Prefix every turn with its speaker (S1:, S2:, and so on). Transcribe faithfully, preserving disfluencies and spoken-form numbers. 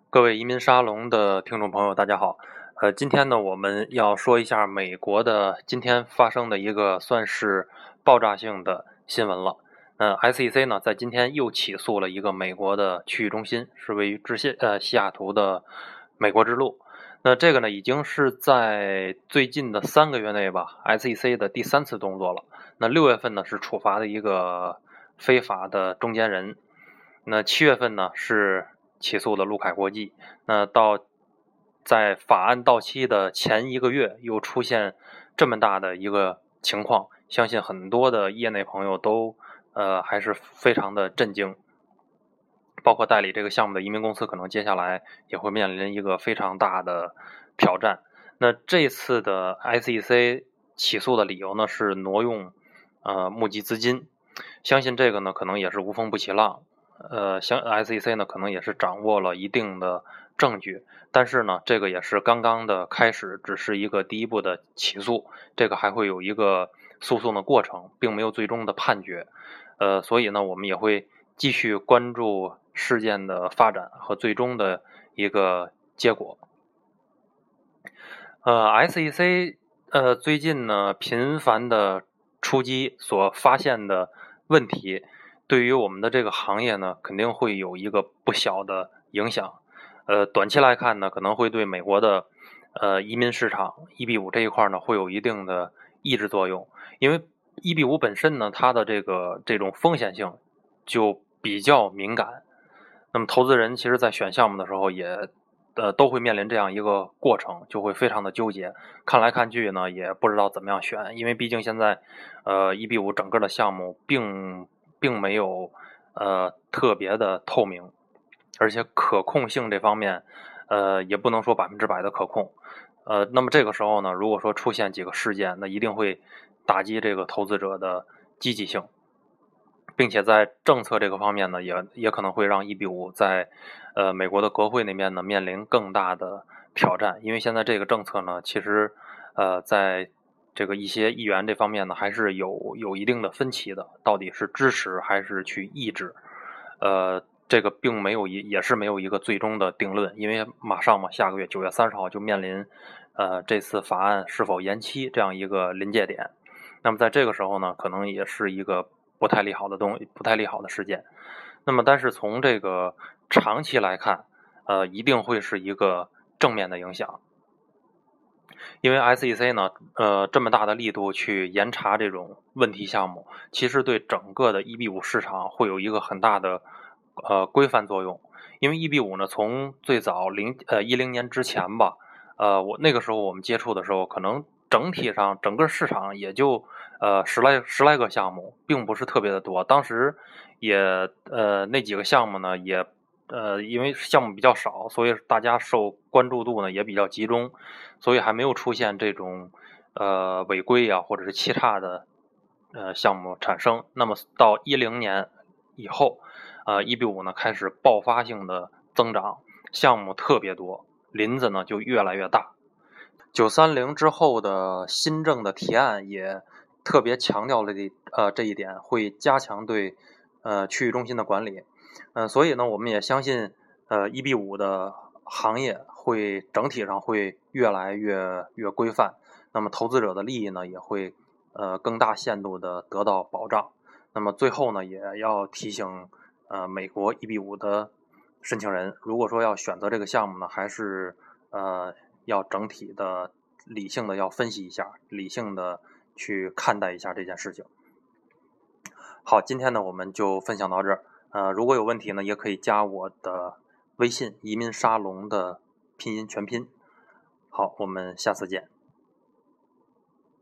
S1: 各位移民沙龙的听众朋友，大家好。呃，今天呢，我们要说一下美国的今天发生的一个算是爆炸性的新闻了。呃 S E C 呢，在今天又起诉了一个美国的区域中心，是位于芝西呃西雅图的美国之路。那这个呢，已经是在最近的三个月内吧 ，S E C 的第三次动作了。那六月份呢，是处罚的一个非法的中间人。那七月份呢，是起诉的陆凯国际。那到在法案到期的前一个月，又出现这么大的一个情况，相信很多的业内朋友都呃还是非常的震惊。包括代理这个项目的移民公司，可能接下来也会面临一个非常大的挑战。那这次的 S E C 起诉的理由呢，是挪用呃募集资金，相信这个呢可能也是无风不起浪。呃，像 S E C 呢可能也是掌握了一定的证据，但是呢这个也是刚刚的开始，只是一个第一步的起诉，这个还会有一个诉讼的过程，并没有最终的判决。呃，所以呢我们也会继续关注事件的发展和最终的一个结果。呃 S E C 呃最近呢频繁的出击所发现的问题，对于我们的这个行业呢肯定会有一个不小的影响。呃短期来看呢，可能会对美国的呃移民市场 E B 五 这一块呢会有一定的抑制作用，因为 E B 五 本身呢它的这个这种风险性就比较敏感。那么投资人其实在选项目的时候也呃都会面临这样一个过程，就会非常的纠结，看来看去呢也不知道怎么样选，因为毕竟现在呃 E B 五 整个的项目并并没有呃特别的透明，而且可控性这方面呃也不能说百分之百的可控。呃那么这个时候呢，如果说出现几个事件，那一定会打击这个投资者的积极性，并且在政策这个方面呢，也也可能会让 E B 五 在呃美国的国会那边呢面临更大的挑战，因为现在这个政策呢，其实呃在这个一些议员这方面呢，还是有有一定的分歧的，到底是支持还是去抑制，呃，这个并没有一也是没有一个最终的定论，因为马上嘛，下个月九月三十号就面临呃这次法案是否延期这样一个临界点，那么在这个时候呢，可能也是一个不太利好的东不太利好的事件。那么但是从这个长期来看，呃，一定会是一个正面的影响。因为 S E C 呢，呃，这么大的力度去严查这种问题项目，其实对整个的 E B 五 市场会有一个很大的呃规范作用。因为 E B 五 呢，从最早零呃一零年之前吧，呃，我那个时候我们接触的时候，可能整体上整个市场也就呃十来十来个项目，并不是特别的多。当时也呃那几个项目呢，也呃因为项目比较少，所以大家受关注度呢也比较集中，所以还没有出现这种呃违规呀、或者是欺诈的呃项目产生。那么到一零年以后，呃 E B 五 呢开始爆发性的增长，项目特别多，林子呢就越来越大。九三零之后的新政的提案也特别强调了这呃这一点，会加强对呃区域中心的管理。嗯、呃，所以呢，我们也相信呃 E B 五 的行业会整体上会越来越越规范，那么投资者的利益呢也会呃更大限度的得到保障。那么最后呢，也要提醒呃美国 E B 五 的申请人，如果说要选择这个项目呢，还是呃要整体的理性的要分析一下，理性的去看待一下这件事情。好，今天呢我们就分享到这儿。呃，如果有问题呢，也可以加我的微信移民沙龙的拼音全拼。好，我们下次见。